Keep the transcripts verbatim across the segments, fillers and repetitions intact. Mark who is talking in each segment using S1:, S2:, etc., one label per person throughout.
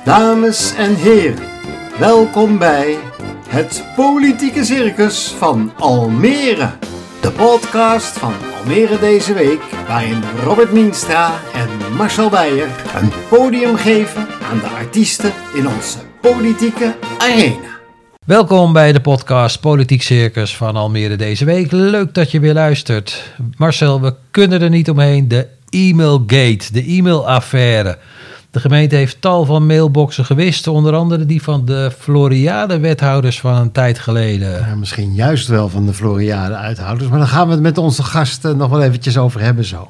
S1: Dames en heren, welkom bij het Politieke Circus van Almere. De podcast van Almere deze week, waarin Robert Mienstra en Marcel Beijer een podium geven aan de artiesten in onze politieke arena.
S2: Welkom bij de podcast Politiek Circus van Almere deze week. Leuk dat je weer luistert. Marcel, we kunnen er niet omheen. De e-mailgate, de e-mailaffaire. De gemeente heeft tal van mailboxen gewist, onder andere die van de Floriade-wethouders van een tijd geleden.
S1: Ja, misschien juist wel van de Floriade-uithouders, maar daar gaan we het met onze gasten nog wel eventjes over hebben zo.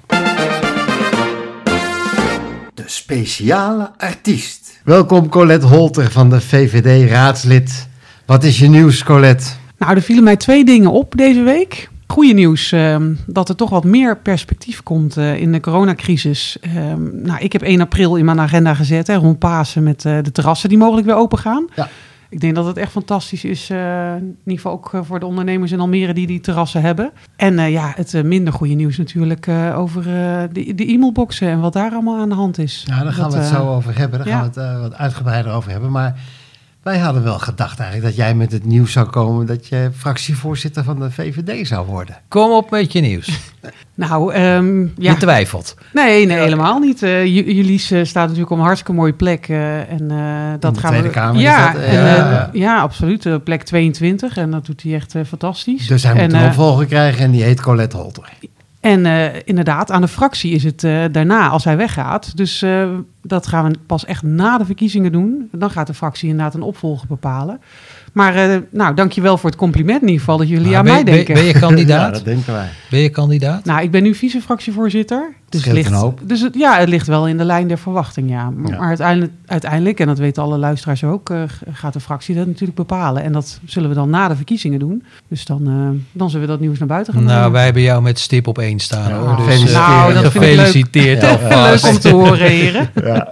S1: De speciale artiest. Welkom Colette Holter van de V V D-raadslid. Wat is je nieuws, Colette?
S3: Nou, er vielen mij twee dingen op deze week. Goeie nieuws, uh, dat er toch wat meer perspectief komt uh, in de coronacrisis. Uh, nou, ik heb één april in mijn agenda gezet, hè, rond Pasen, met uh, de terrassen die mogelijk weer open gaan. Ja. Ik denk dat het echt fantastisch is, uh, in ieder geval ook uh, voor de ondernemers in Almere die die terrassen hebben. En uh, ja, het uh, minder goede nieuws natuurlijk uh, over uh, de, de e-mailboxen en wat daar allemaal aan de hand is.
S1: Ja, daar gaan
S3: dat,
S1: we het
S3: uh,
S1: zo over hebben, daar ja. gaan we het uh, wat uitgebreider over hebben, maar... Wij hadden wel gedacht eigenlijk dat jij met het nieuws zou komen dat je fractievoorzitter van de V V D zou worden.
S2: Kom op met je nieuws.
S3: Nou, um, ja.
S2: Je twijfelt.
S3: Nee, nee, helemaal niet. Uh, Jullies uh, staat natuurlijk op een hartstikke mooie plek. Uh, en uh, dat
S1: de
S3: gaan
S1: Tweede
S3: we.
S1: Kamer.
S3: Ja,
S1: is dat,
S3: en,
S1: ja.
S3: uh, ja. ja, absoluut. Uh, plek tweeëntwintig. En dat doet hij echt uh, fantastisch.
S1: Dus hij moet
S3: en,
S1: een
S3: uh,
S1: opvolger krijgen en die heet Colette Holter.
S3: En uh, inderdaad, aan de fractie is het uh, daarna als hij weggaat. Dus uh, dat gaan we pas echt na de verkiezingen doen. Dan gaat de fractie inderdaad een opvolger bepalen. Maar uh, nou, dankjewel voor het compliment in ieder geval dat jullie maar aan
S2: ben,
S3: mij denken.
S2: Ben, ben je kandidaat?
S1: Ja, dat denken wij.
S2: Ben je kandidaat?
S3: Nou, ik ben nu vice-fractievoorzitter. Dus, het ligt,
S1: een hoop.
S3: dus het, ja, het ligt wel in de lijn der verwachting, ja. Maar, ja. maar uiteindelijk, uiteindelijk, en dat weten alle luisteraars ook, uh, gaat de fractie dat natuurlijk bepalen. En dat zullen we dan na de verkiezingen doen. Dus dan, uh, dan zullen we dat nieuws naar buiten gaan
S2: Nou,
S3: brengen.
S2: wij hebben jou met stip op één staan.
S1: Ja,
S2: hoor.
S1: dus,
S2: Dus,
S1: uh,
S3: nou, dat
S2: gefeliciteerd
S3: vind ik leuk.
S2: alvast.
S3: Leuk om te horen, heren.
S1: Ja.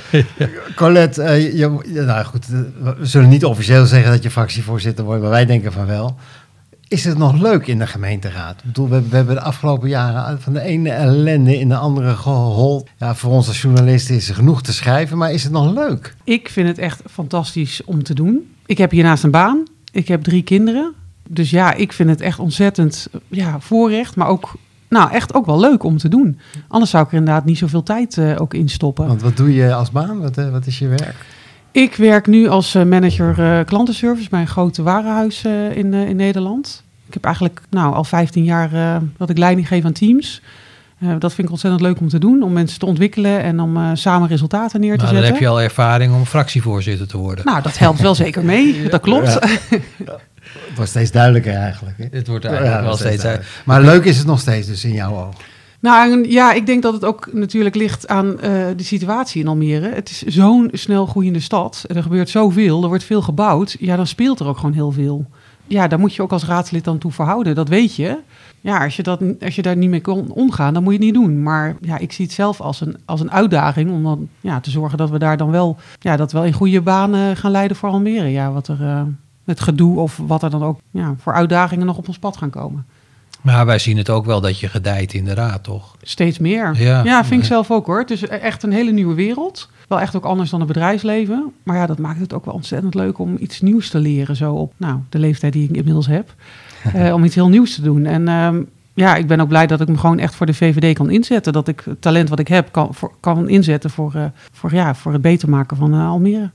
S1: Colette, uh, je, nou goed, uh, we zullen niet officieel zeggen dat je fractievoorzitter wordt, maar wij denken van wel. Is het nog leuk in de gemeenteraad? Ik bedoel, we, we hebben de afgelopen jaren van de ene ellende in de andere gehold. Ja, voor ons als journalisten is er genoeg te schrijven, maar is het nog leuk?
S3: Ik vind het echt fantastisch om te doen. Ik heb hiernaast een baan. Ik heb drie kinderen. Dus ja, ik vind het echt ontzettend ja, voorrecht, maar ook... Nou, echt ook wel leuk om te doen. Anders zou ik er inderdaad niet zoveel tijd uh, ook in stoppen.
S1: Want wat doe je als baan? Wat, uh, wat is je werk?
S3: Ik werk nu als uh, manager uh, klantenservice bij een groot warenhuis uh, in, uh, in Nederland. Ik heb eigenlijk nou, al vijftien jaar uh, dat ik leiding geef aan teams. Uh, dat vind ik ontzettend leuk om te doen. Om mensen te ontwikkelen en om uh, samen resultaten neer te
S2: nou,
S3: zetten.
S2: Dan heb je al ervaring om fractievoorzitter te worden.
S3: Nou, dat helpt wel zeker mee. Dat klopt.
S1: Ja. Ja. Het wordt steeds duidelijker eigenlijk. Hè?
S2: Het wordt eigenlijk ja, wel steeds duidelijker.
S1: Maar leuk is het nog steeds dus in jouw ogen.
S3: Nou ja, ik denk dat het ook natuurlijk ligt aan uh, de situatie in Almere. Het is zo'n snel groeiende stad. Er gebeurt zoveel, er wordt veel gebouwd. Ja, dan speelt er ook gewoon heel veel. Ja, daar moet je ook als raadslid dan toe verhouden, dat weet je. Ja, als je, dat, als je daar niet mee kon omgaan, dan moet je het niet doen. Maar ja, ik zie het zelf als een, als een uitdaging om dan ja, te zorgen dat we daar dan wel, ja, dat wel in goede banen gaan leiden voor Almere. Ja, wat er, uh, het gedoe of wat er dan ook ja, voor uitdagingen nog op ons pad gaan komen.
S2: Maar wij zien het ook wel dat je gedijt in de raad, toch?
S3: Steeds meer.
S2: Ja,
S3: ja vind ik
S2: ja.
S3: zelf ook hoor. Het is echt een hele nieuwe wereld. Wel echt ook anders dan het bedrijfsleven. Maar ja, dat maakt het ook wel ontzettend leuk om iets nieuws te leren. Zo op nou, de leeftijd die ik inmiddels heb. uh, om iets heel nieuws te doen. En uh, ja, ik ben ook blij dat ik me gewoon echt voor de V V D kan inzetten. Dat ik het talent wat ik heb kan, voor, kan inzetten voor, uh, voor, ja, voor het beter maken van uh, Almere.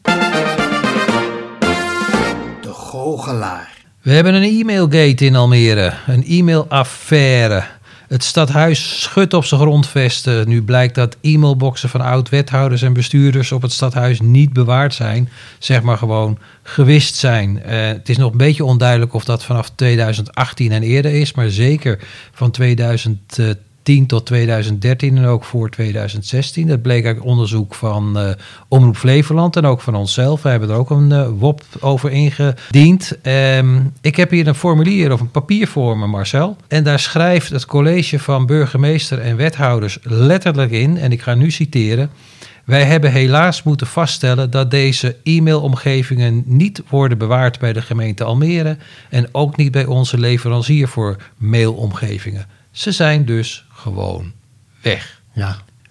S1: De goochelaar.
S2: We hebben een e-mailgate in Almere, een e-mailaffaire. Het stadhuis schudt op zijn grondvesten. Nu blijkt dat e-mailboxen van oud-wethouders en bestuurders op het stadhuis niet bewaard zijn. Zeg maar gewoon gewist zijn. Uh, het is nog een beetje onduidelijk of dat vanaf tweeduizend achttien en eerder is. Maar zeker van tweeduizend tien tot tweeduizend dertien en ook voor tweeduizend zestien. Dat bleek uit onderzoek van uh, Omroep Flevoland en ook van onszelf. We hebben er ook een uh, W O P over ingediend. Um, ik heb hier een formulier of een papier voor me, Marcel. En daar schrijft het college van burgemeester en wethouders letterlijk in, en ik ga nu citeren: wij hebben helaas moeten vaststellen dat deze e-mailomgevingen niet worden bewaard bij de gemeente Almere en ook niet bij onze leverancier voor mailomgevingen. Ze zijn dus gewoon weg.
S1: Ja,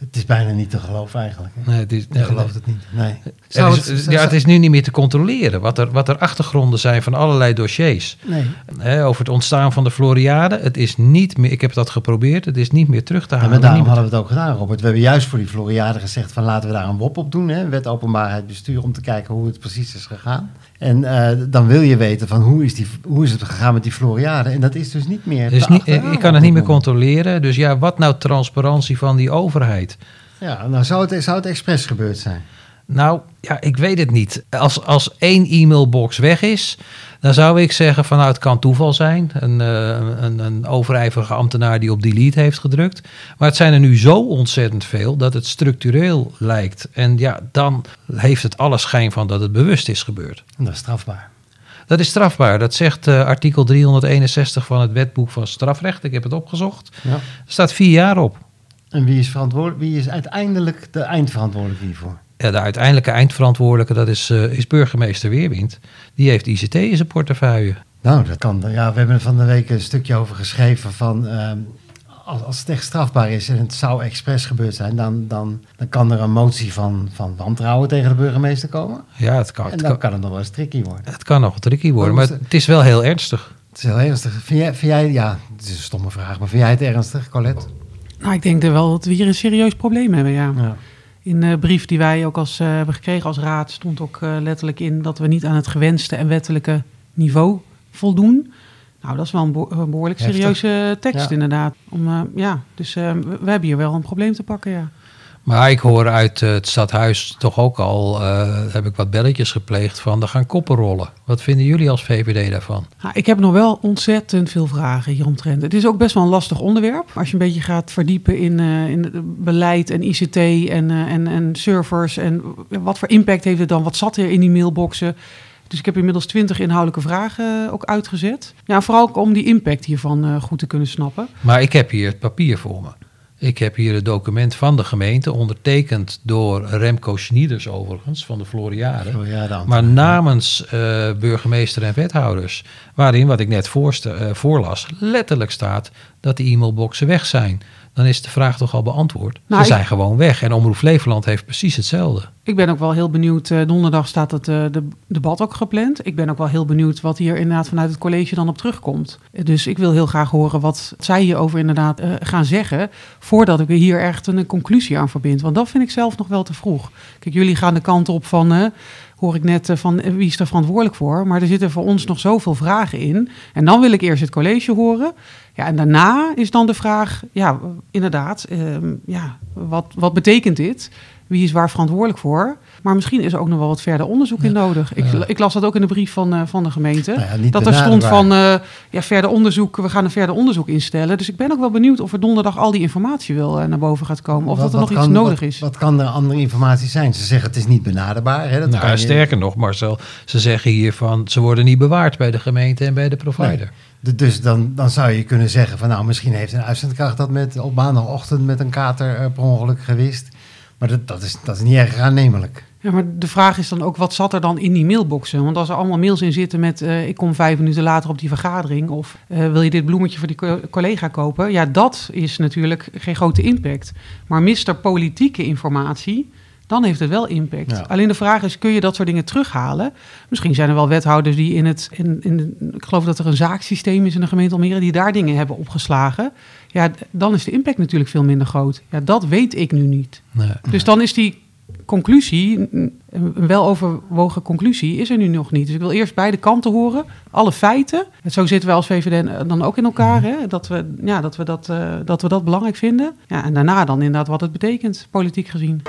S1: Het is bijna niet te geloven eigenlijk. Hè?
S2: Nee, het is,
S1: Je gelooft het niet. Nee.
S2: Er is, ja, het is nu niet meer te controleren wat er, wat er achtergronden zijn van allerlei dossiers.
S1: Nee.
S2: He, over het ontstaan van de Floriade. Het is niet meer, ik heb dat geprobeerd, het is niet meer terug te
S1: Ja,
S2: halen.
S1: maar daarom
S2: Niet meer-
S1: hadden we het ook gedaan, Robert. We hebben juist voor die Floriade gezegd van laten we daar een W O P op doen. Hè? Wet openbaarheid bestuur, om te kijken hoe het precies is gegaan. En uh, dan wil je weten van hoe is, die, hoe is het gegaan met die Floriade. En dat is dus niet meer
S2: Dus
S1: te
S2: niet,
S1: achterhalen
S2: ik kan
S1: op
S2: het niet
S1: dit
S2: meer
S1: moment.
S2: controleren. Dus ja, wat nou transparantie van die overheid?
S1: Ja, nou zou het, zou het expres gebeurd zijn.
S2: Nou, ja, ik weet het niet. Als, als één e-mailbox weg is, dan zou ik zeggen van nou, het kan toeval zijn. Een, uh, een, een overijverige ambtenaar die op delete heeft gedrukt. Maar het zijn er nu zo ontzettend veel dat het structureel lijkt. En ja, dan heeft het alle schijn van dat het bewust is gebeurd.
S1: En dat is strafbaar.
S2: Dat is strafbaar. Dat zegt uh, artikel driehonderdeenenzestig van het wetboek van strafrecht. Ik heb het opgezocht.
S1: Ja.
S2: Er staat vier jaar op.
S1: En wie is, verantwoordelijk, wie is uiteindelijk de eindverantwoordelijke hiervoor?
S2: Ja, de uiteindelijke eindverantwoordelijke, dat is, uh, is burgemeester Weerwind. Die heeft I C T in zijn portefeuille.
S1: Nou, dat kan. Ja, we hebben er van de week een stukje over geschreven van uh, als, als het echt strafbaar is en het zou expres gebeurd zijn, dan, dan, dan kan er een motie van, van wantrouwen tegen de burgemeester komen.
S2: Ja, het kan,
S1: En
S2: het
S1: dan
S2: kan,
S1: kan het nog wel eens tricky worden.
S2: het kan nog tricky worden,
S1: Hoe
S2: maar
S1: is het?
S2: het is wel heel ernstig.
S1: Het is heel ernstig. Vind jij, vind jij, ja, het is een stomme vraag, maar vind jij het ernstig, Colette?
S3: Nou, ik denk er wel dat we hier een serieus probleem hebben, ja.
S1: Ja.
S3: In de brief die wij ook als, uh, hebben gekregen als raad stond ook uh, letterlijk in dat we niet aan het gewenste en wettelijke niveau voldoen. Nou, dat is wel een, beho- een behoorlijk
S1: Heftig.
S3: serieuze tekst
S1: Ja.
S3: inderdaad. Om, uh, ja, dus uh, we, we hebben hier wel een probleem te pakken, ja.
S2: Maar ik hoor uit uh, het stadhuis toch ook al, uh, heb ik wat belletjes gepleegd van, er gaan koppen rollen. Wat vinden jullie als V V D daarvan?
S3: Nou, ik heb nog wel ontzettend veel vragen hieromtrent. Het is ook best wel een lastig onderwerp. Als je een beetje gaat verdiepen in, uh, in het beleid en I C T en, uh, en, en servers. En wat voor impact heeft het dan? Wat zat er in die mailboxen? Dus ik heb inmiddels twintig inhoudelijke vragen uh, ook uitgezet. Ja, vooral ook om die impact hiervan uh, goed te kunnen snappen.
S2: Maar ik heb hier het papier voor me. Ik heb hier het document van de gemeente, ondertekend door Remco Schnieders overigens, van de Floriade.
S1: Floriade
S2: Maar namens uh, burgemeester en wethouders, waarin, wat ik net voorste, uh, voorlas, letterlijk staat dat die e-mailboxen weg zijn. Dan is de vraag toch al beantwoord.
S3: Nou,
S2: Ze
S3: ik-
S2: zijn gewoon weg. En Omroep Flevoland heeft precies hetzelfde.
S3: Ik ben ook wel heel benieuwd. Uh, donderdag staat het uh, de debat ook gepland. Ik ben ook wel heel benieuwd wat hier inderdaad vanuit het college dan op terugkomt. Uh, dus ik wil heel graag horen wat zij hierover inderdaad uh, gaan zeggen, voordat ik er hier echt een, een conclusie aan verbind. Want dat vind ik zelf nog wel te vroeg. Kijk, jullie gaan de kant op van, uh, hoor ik net, uh, van uh, wie is er verantwoordelijk voor? Maar er zitten voor ons nog zoveel vragen in. En dan wil ik eerst het college horen. Ja, en daarna is dan de vraag, ja, inderdaad, uh, ja, wat, wat betekent dit? Wie is waar verantwoordelijk voor? Maar misschien is er ook nog wel wat verder onderzoek in nodig. Ik,
S2: Ja.
S3: ik las dat ook in de brief van, uh, van de gemeente.
S1: Nou ja, niet
S3: dat er stond
S1: benaderbaar.
S3: van, uh, ja, verder onderzoek, we gaan een verder onderzoek instellen. Dus ik ben ook wel benieuwd of er donderdag al die informatie wel uh, naar boven gaat komen. Of
S1: Wat-
S3: dat er
S1: wat
S3: nog iets
S1: kan-
S3: nodig
S1: wat,
S3: is.
S1: Wat kan er andere informatie zijn? Ze zeggen het is niet benaderbaar. Hè? Dat
S2: Nou,
S1: kan je-
S2: sterker nog, Marcel, ze zeggen hier van, ze worden niet bewaard bij de gemeente en bij de provider.
S1: Nee. D- Dus dan, dan zou je kunnen zeggen van nou, misschien heeft een uitzendkracht dat met, op maandagochtend met een kater uh, per ongeluk gewist. Maar dat, dat, is, dat is niet erg aannemelijk.
S3: Ja, maar de vraag is dan ook, wat zat er dan in die mailboxen? Want als er allemaal mails in zitten met, uh, ik kom vijf minuten later op die vergadering, of uh, wil je dit bloemetje voor die co- collega kopen? Ja, dat is natuurlijk geen grote impact. Maar mist er politieke informatie, dan heeft het wel impact.
S1: Ja.
S3: Alleen de vraag is, kun je dat soort dingen terughalen? Misschien zijn er wel wethouders die in het, in, in de, ik geloof dat er een zaaksysteem is in de gemeente Almere, die daar dingen hebben opgeslagen. Ja, d- dan is de impact natuurlijk veel minder groot. Ja, dat weet ik nu niet.
S2: Nee.
S3: Dus dan is die conclusie, een een weloverwogen conclusie, is er nu nog niet. Dus ik wil eerst beide kanten horen, alle feiten. En zo zitten we als V V D dan ook in elkaar, hè? Dat, we, ja, dat, we dat, uh, dat we dat belangrijk vinden. Ja, en daarna dan inderdaad wat het betekent, politiek gezien.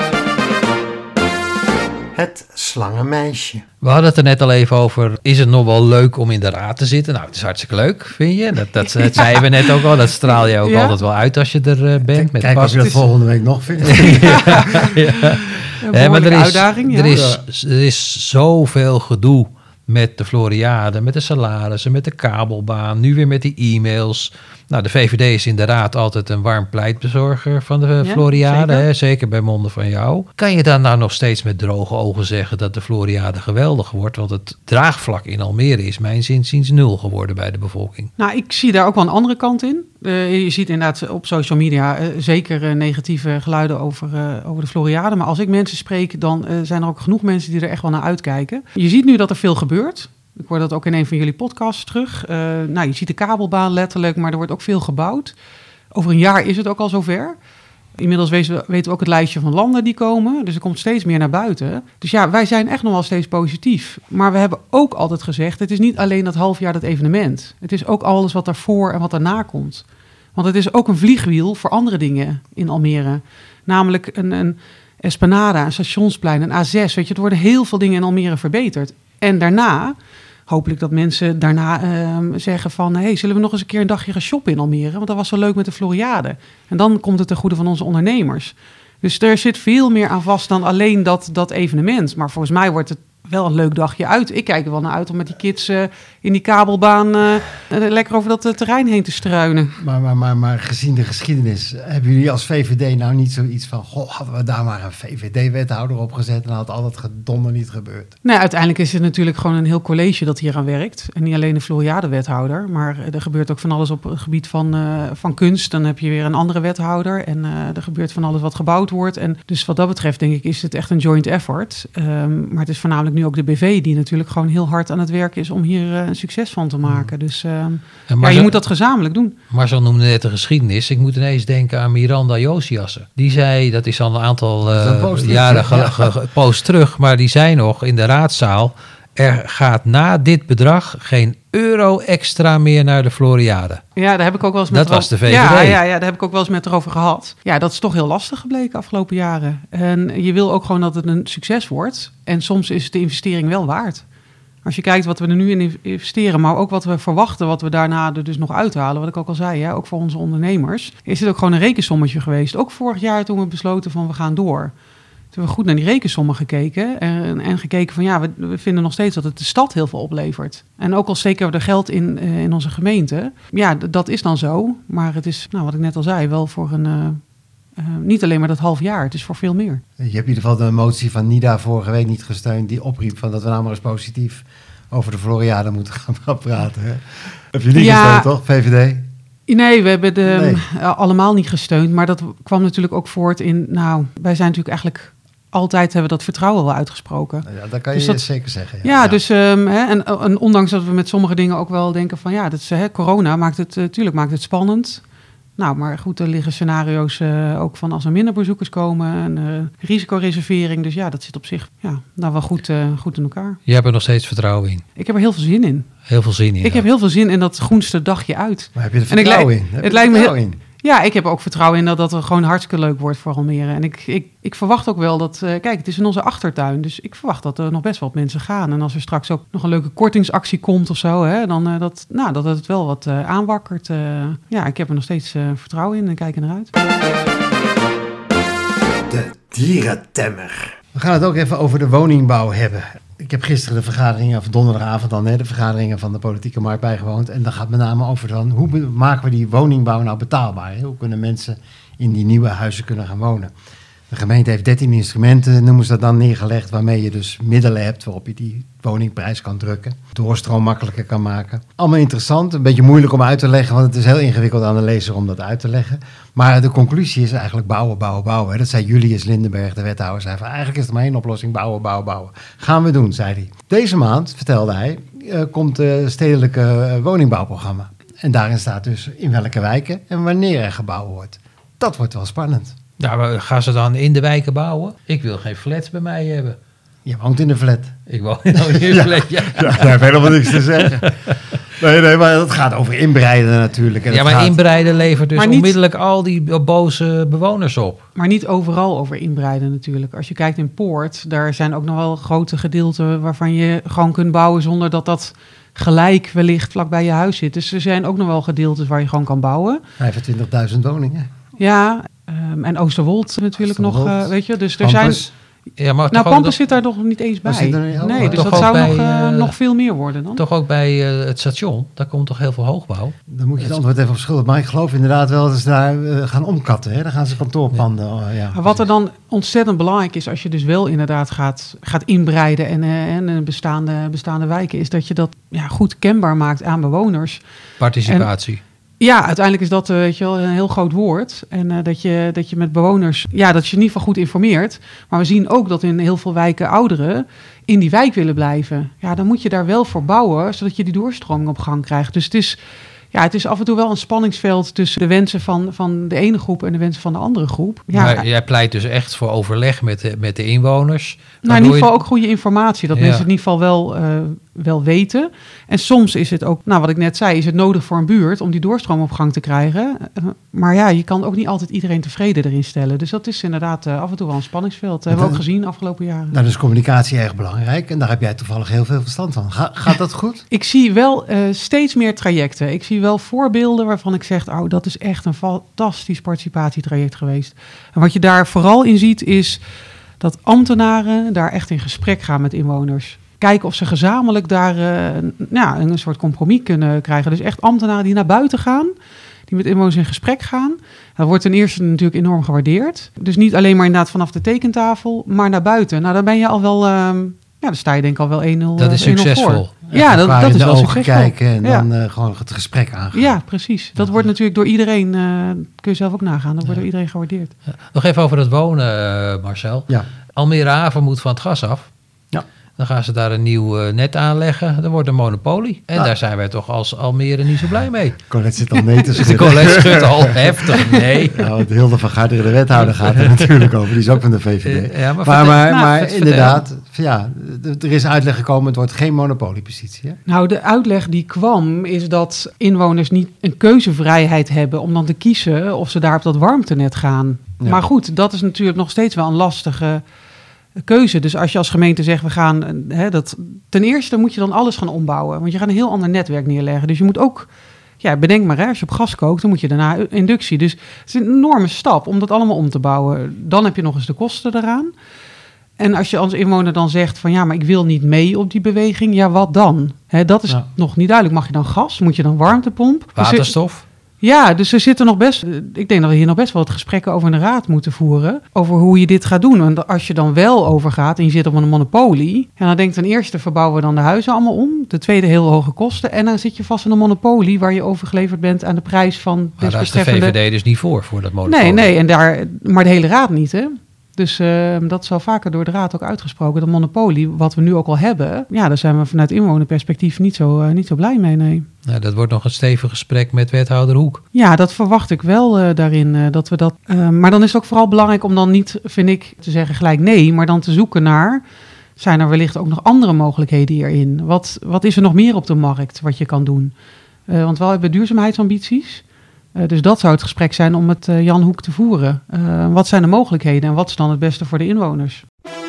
S1: Het slangenmeisje.
S2: We hadden het er net al even over, is het nog wel leuk om in de raad te zitten? Nou, het is hartstikke leuk, vind je? Dat, dat, dat zeiden we net ook al, dat straal je ook
S3: Ja.
S2: altijd wel uit als je er uh, bent. Met
S1: Kijk of
S2: Bas.
S1: je dat volgende week nog vindt.
S2: ja.
S3: Een
S2: Hè, maar er is,
S3: uitdaging, ja.
S2: er, is, er is zoveel gedoe met de Floriade, met de salarissen, met de kabelbaan, nu weer met die e-mails. Nou, de V V D is in de raad altijd een warm pleitbezorger van de
S3: Ja,
S2: Floriade,
S3: zeker.
S2: hè, zeker bij monden van jou. Kan je dan nou nog steeds met droge ogen zeggen dat de Floriade geweldig wordt? Want het draagvlak in Almere is mijn zinziens nul geworden bij de bevolking.
S3: Nou, ik zie daar ook wel een andere kant in. Uh, je ziet inderdaad op social media uh, zeker uh, negatieve geluiden over, uh, over de Floriade. Maar als ik mensen spreek, dan uh, zijn er ook genoeg mensen die er echt wel naar uitkijken. Je ziet nu dat er veel gebeurt. Ik hoor dat ook in een van jullie podcasts terug. Uh, nou, je ziet de kabelbaan letterlijk, maar er wordt ook veel gebouwd. Over een jaar is het ook al zover. Inmiddels weten we ook het lijstje van landen die komen. Dus er komt steeds meer naar buiten. Dus ja, wij zijn echt nog wel steeds positief. Maar we hebben ook altijd gezegd, het is niet alleen dat half jaar dat evenement. Het is ook alles wat daarvoor en wat daarna komt. Want het is ook een vliegwiel voor andere dingen in Almere. Namelijk een, een Esplanade, een stationsplein, een A zes. Weet je, er worden heel veel dingen in Almere verbeterd. En daarna, hopelijk dat mensen daarna uh, zeggen van... hey, zullen we nog eens een keer een dagje gaan shoppen in Almere? Want dat was zo leuk met de Floriade. En dan komt het ten goede van onze ondernemers. Dus er zit veel meer aan vast dan alleen dat, dat evenement. Maar volgens mij wordt het wel een leuk dagje uit. Ik kijk er wel naar uit om met die kids uh, in die kabelbaan uh, uh, lekker over dat uh, terrein heen te struinen.
S1: Maar, maar, maar, maar gezien de geschiedenis, hebben jullie als V V D nou niet zoiets van... goh, hadden we daar maar een V V D-wethouder op gezet en had al dat gedonder niet gebeurd?
S3: Nou, uiteindelijk is het natuurlijk gewoon een heel college dat hier aan werkt. En niet alleen de Floriade-wethouder, maar er gebeurt ook van alles op het gebied van, uh, van kunst. Dan heb je weer een andere wethouder en uh, er gebeurt van alles wat gebouwd wordt. En dus wat dat betreft denk ik is het echt een joint effort. Um, maar het is voornamelijk nu ook de B V die natuurlijk gewoon heel hard aan het werk is om hier uh, een succes van te maken. Dus uh, ja, je moet dat gezamenlijk doen.
S2: Marcel noemde net de geschiedenis. Ik moet ineens denken aan Miranda Josiassen. Die zei, dat is al een aantal uh, post jaren ge- ge- ge- post terug, maar die zei nog in de raadzaal, er gaat na dit bedrag geen euro extra meer naar de Floriade.
S3: Ja, daar heb ik ook wel eens met
S2: dat was de V V D.
S3: Ja, ja, ja, daar heb ik ook wel eens met erover gehad. Ja, dat is toch heel lastig gebleken afgelopen jaren. En je wil ook gewoon dat het een succes wordt. En soms is de investering wel waard. Als je kijkt wat we er nu in investeren, maar ook wat we verwachten, wat we daarna er dus nog uithalen, wat ik ook al zei, hè, ook voor onze ondernemers, is het ook gewoon een rekensommetje geweest. Ook vorig jaar toen we besloten van we gaan door. Toen hebben we goed naar die rekensommen gekeken en, en gekeken van ja, we, we vinden nog steeds dat het de stad heel veel oplevert. En ook al steken we er geld in uh, in onze gemeente, ja, d- dat is dan zo. Maar het is, nou, wat ik net al zei, wel voor een, uh, uh, niet alleen maar dat half jaar, het is voor veel meer.
S1: Je hebt in ieder geval de motie van Nida vorige week niet gesteund, die opriep van dat we nou maar eens positief over de Floriade moeten gaan praten. Hè? Heb je niet ja, gesteund, toch, V V D?
S3: Nee, we hebben de nee. uh, allemaal niet gesteund, maar dat kwam natuurlijk ook voort in, nou, wij zijn natuurlijk eigenlijk altijd hebben we dat vertrouwen wel uitgesproken.
S1: Ja, dat kan je
S3: dus dat,
S1: zeker zeggen.
S3: Ja, ja, ja. dus um, hè, en, en ondanks dat we met sommige dingen ook wel denken van ja, dat is, hè, corona maakt het, natuurlijk uh, maakt het spannend. Nou, maar goed, er liggen scenario's uh, ook van als er minder bezoekers komen, en uh, risicoreservering. Dus ja, dat zit op zich ja, nou wel goed, uh, goed in elkaar.
S2: Je hebt er nog steeds vertrouwen in?
S3: Ik heb er heel veel zin in.
S2: Heel veel zin in?
S3: Ik
S2: ja.
S3: heb heel veel zin in dat groenste dagje uit.
S1: Maar heb je er vertrouwen in? Heb
S3: het
S1: lijkt me heel... in?
S3: Ja, ik heb ook vertrouwen in dat dat gewoon hartstikke leuk wordt voor Almere. En ik, ik, ik verwacht ook wel dat... Uh, kijk, het is in onze achtertuin, dus ik verwacht dat er nog best wel wat mensen gaan. En als er straks ook nog een leuke kortingsactie komt of zo, hè, dan uh, dat, nou, dat het wel wat uh, aanwakkert. Uh, ja, ik heb er nog steeds uh, vertrouwen in en kijk er naar uit.
S1: De dierentemmer. We gaan het ook even over de woningbouw hebben. Ik heb gisteren de vergaderingen, of donderdagavond dan, hè, de vergaderingen van de politieke markt bijgewoond. En dan gaat het met name over dan, hoe be- maken we die woningbouw nou betaalbaar? Hè? Hoe kunnen mensen in die nieuwe huizen kunnen gaan wonen? De gemeente heeft dertien instrumenten, noemen ze dat dan, neergelegd, waarmee je dus middelen hebt waarop je die woningprijs kan drukken. Doorstroom makkelijker kan maken. Allemaal interessant, een beetje moeilijk om uit te leggen, want het is heel ingewikkeld aan de lezer om dat uit te leggen. Maar de conclusie is eigenlijk bouwen, bouwen, bouwen. Dat zei Julius Lindenberg, de wethouder, zei van eigenlijk is er maar één oplossing, bouwen, bouwen, bouwen. Gaan we doen, zei hij. Deze maand, vertelde hij, uh, komt het stedelijke uh, woningbouwprogramma. En daarin staat dus in welke wijken en wanneer er gebouwd wordt. Dat wordt wel spannend.
S2: Ja, gaan ze dan in de wijken bouwen? Ik wil geen flats bij mij hebben.
S1: Je woont in de flat.
S2: Ik woon in een
S1: ja.
S2: flat, ja.
S1: Ja, daar heb helemaal niks te zeggen. Nee, nee, maar het gaat over inbreiden natuurlijk. En
S2: ja, maar
S1: gaat...
S2: inbreiden levert dus
S3: niet...
S2: onmiddellijk al die boze bewoners op.
S3: Maar niet overal over inbreiden natuurlijk. Als je kijkt in Poort, daar zijn ook nog wel grote gedeelten waarvan je gewoon kunt bouwen zonder dat dat gelijk wellicht vlak bij je huis zit. Dus er zijn ook nog wel gedeeltes waar je gewoon kan bouwen.
S1: vijfentwintigduizend woningen.
S3: Ja, um, en Oosterwold natuurlijk Oosterwold. nog, uh, weet je. Dus er
S1: Pampus.
S3: zijn...
S2: Ja, maar
S3: nou, Pampus zit daar nog niet eens bij.
S1: Zit er niet
S3: nee,
S1: bij.
S3: dus
S2: toch
S3: dat zou
S2: bij,
S3: nog, uh,
S2: uh,
S3: nog veel meer worden dan.
S2: Toch ook bij uh, het station, daar komt toch heel veel hoogbouw?
S1: Dan moet je het antwoord even op schulden. Maar ik geloof inderdaad wel dat ze daar uh, gaan omkatten. Hè? Dan gaan ze kantoorpanden. Ja. Oh, ja.
S3: Maar wat er dan ontzettend belangrijk is, als je dus wel inderdaad gaat, gaat inbreiden en, uh, en bestaande, bestaande wijken, is dat je dat ja, goed kenbaar maakt aan bewoners.
S2: Participatie.
S3: Ja, uiteindelijk is dat uh, weet je wel, een heel groot woord. En uh, dat, je, dat je met bewoners, ja, dat je in ieder geval goed informeert. Maar we zien ook dat in heel veel wijken ouderen in die wijk willen blijven. Ja, dan moet je daar wel voor bouwen, zodat je die doorstroming op gang krijgt. Dus het is, ja, het is af en toe wel een spanningsveld tussen de wensen van, van de ene groep en de wensen van de andere groep. Ja,
S2: maar jij pleit dus echt voor overleg met de, met de inwoners.
S3: Nou, in ieder geval je... ook goede informatie, dat ja. mensen in ieder geval wel... Uh, wel weten. En soms is het ook, nou wat ik net zei, is het nodig voor een buurt om die doorstroom op gang te krijgen. Uh, maar ja, je kan ook niet altijd iedereen tevreden erin stellen. Dus dat is inderdaad uh, af en toe wel een spanningsveld. Dat hebben we ook gezien de afgelopen jaren.
S1: Nou, dus communicatie erg belangrijk. En daar heb jij toevallig heel veel verstand van. Ga, gaat dat goed?
S3: Ik zie wel uh, steeds meer trajecten. Ik zie wel voorbeelden waarvan ik zeg, oh, dat is echt een fantastisch participatietraject geweest. En wat je daar vooral in ziet is dat ambtenaren daar echt in gesprek gaan met inwoners. Kijken of ze gezamenlijk daar uh, ja, een soort compromis kunnen krijgen. Dus echt ambtenaren die naar buiten gaan, die met inwoners in gesprek gaan. Dat wordt ten eerste natuurlijk enorm gewaardeerd. Dus niet alleen maar inderdaad vanaf de tekentafel, maar naar buiten. Nou, dan ben je al wel, um, ja, dan sta je denk ik al wel één nul.
S2: Dat is succesvol.
S3: Voor. Ja, ja, dat, dat is wel succesvol.
S1: Kijken en
S3: ja.
S1: dan uh, gewoon het gesprek aangaan.
S3: Ja, precies. Dat ja. wordt natuurlijk door iedereen, uh, kun je zelf ook nagaan, dat wordt ja. door iedereen gewaardeerd.
S2: Ja. Nog even over het wonen, uh, Marcel.
S1: Ja.
S2: Almere Haven moet van het gas af. Dan gaan ze daar een nieuw uh, net aanleggen. Dan wordt een monopolie. En nou, daar zijn wij toch als Almere niet zo blij mee.
S1: Colette zit al nee te schudden.
S2: Colette schudt al heftig nee.
S1: Nou, Hilde van Garderen, de wethouder, gaat er natuurlijk over. Die is ook van de V V D. Ja, maar maar, maar, nou, maar inderdaad, ja, er is uitleg gekomen. Het wordt geen monopoliepositie. Hè?
S3: Nou, de uitleg die kwam is dat inwoners niet een keuzevrijheid hebben om dan te kiezen of ze daar op dat warmtenet gaan. Ja. Maar goed, dat is natuurlijk nog steeds wel een lastige keuze. Dus als je als gemeente zegt, we gaan, hè, dat, ten eerste moet je dan alles gaan ombouwen. Want je gaat een heel ander netwerk neerleggen. Dus je moet ook, ja, bedenk maar, hè, als je op gas kookt, dan moet je daarna inductie. Dus het is een enorme stap om dat allemaal om te bouwen. Dan heb je nog eens de kosten eraan. En als je als inwoner dan zegt van, ja, maar ik wil niet mee op die beweging, ja, wat dan? Hè, dat is ja. nog niet duidelijk. Mag je dan gas? Moet je dan warmtepomp?
S2: Waterstof?
S3: Ja, dus er zitten nog best, ik denk dat we hier nog best wel wat gesprekken over een raad moeten voeren. Over hoe je dit gaat doen. Want als je dan wel overgaat en je zit op een monopolie. En dan denk ten eerste verbouwen we dan de huizen allemaal om. Ten tweede heel hoge kosten. En dan zit je vast in een monopolie waar je overgeleverd bent aan de prijs van.
S2: Maar daar is de V V D dus niet voor, voor dat monopolie.
S3: Nee, nee, en daar, maar de hele raad niet, hè. Dus uh, dat is al vaker door de raad ook uitgesproken. Dat monopolie, wat we nu ook al hebben, ja, daar zijn we vanuit inwonerperspectief niet zo, uh, niet zo blij mee, nee.
S2: Nou, dat wordt nog een stevig gesprek met wethouder Hoek.
S3: Ja, dat verwacht ik wel uh, daarin. Uh, dat we dat, uh, maar dan is het ook vooral belangrijk om dan niet, vind ik, te zeggen gelijk nee, maar dan te zoeken naar, zijn er wellicht ook nog andere mogelijkheden hierin? Wat, wat is er nog meer op de markt wat je kan doen? Uh, want we hebben duurzaamheidsambities. Uh, dus dat zou het gesprek zijn om met uh, Jan Hoek te voeren. Uh, wat zijn de mogelijkheden en wat is dan het beste voor de inwoners?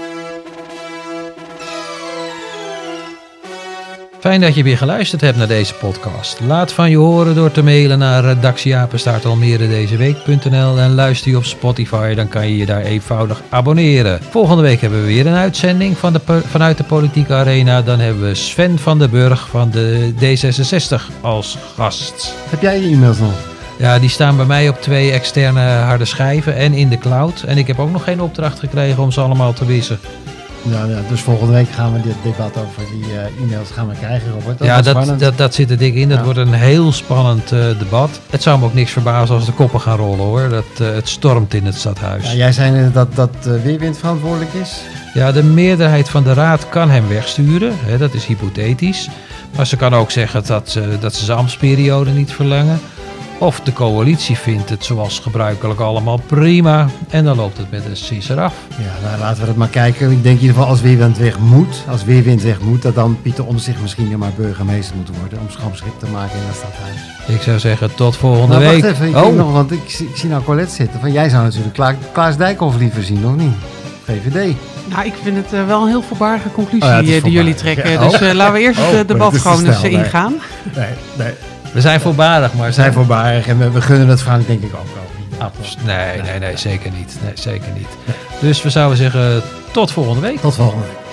S2: Fijn dat je weer geluisterd hebt naar deze podcast. Laat van je horen door te mailen naar redactie apenstaart almere deze week punt n l en luister je op Spotify, dan kan je je daar eenvoudig abonneren. Volgende week hebben we weer een uitzending van de, vanuit de Politieke Arena. Dan hebben we Sven van den Burg van de D zesenzestig als gast.
S1: Heb jij je e-mails nog?
S2: Ja, die staan bij mij op twee externe harde schijven en in de cloud. En ik heb ook nog geen opdracht gekregen om ze allemaal te wissen.
S1: Nou ja, dus volgende week gaan we dit debat over die uh, e-mails gaan we krijgen, Robert. Dat
S2: ja, dat, dat, dat zit er dik in. Dat ja. wordt een heel spannend uh, debat. Het zou me ook niks verbazen als de koppen gaan rollen, hoor. Dat, uh, het stormt in het stadhuis.
S1: Ja, jij zei dat, dat uh, Weerwind verantwoordelijk is?
S2: Ja, de meerderheid van de raad kan hem wegsturen. Hè, dat is hypothetisch. Maar ze kan ook zeggen dat ze, dat ze zijn ambtsperiode niet verlengen. Of de coalitie vindt het zoals gebruikelijk allemaal prima. En dan loopt het met een sis eraf.
S1: Ja, nou, laten we dat maar kijken. Ik denk in ieder geval als Weerwind weg moet, als Weerwind weg moet, dat dan Pieter Omtzigt misschien nog maar burgemeester moet worden. Om schoonschip te maken in dat stadhuis.
S2: Ik zou zeggen tot volgende
S1: nou,
S2: week.
S1: Wacht even, ik oh. nog, want ik, ik zie nou Colette zitten. Van, jij zou natuurlijk Kla- Klaas Dijkhoff liever zien, of niet? V V D.
S3: Nou, ik vind het uh, wel een heel voorbarige conclusie
S1: oh, ja,
S3: die
S1: voorbarig.
S3: jullie trekken.
S1: Ja,
S3: dus uh, laten we eerst oh, het debat gewoon eens
S1: nee.
S3: ingaan.
S1: Nee, nee.
S2: We zijn voorbarig, maar...
S1: We zijn voorbarig en we, we gunnen het Frank denk ik ook wel.
S2: Ah, nee, nee, nee, zeker niet. Nee, zeker niet. Dus we zouden zeggen tot volgende week.
S1: Tot volgende week.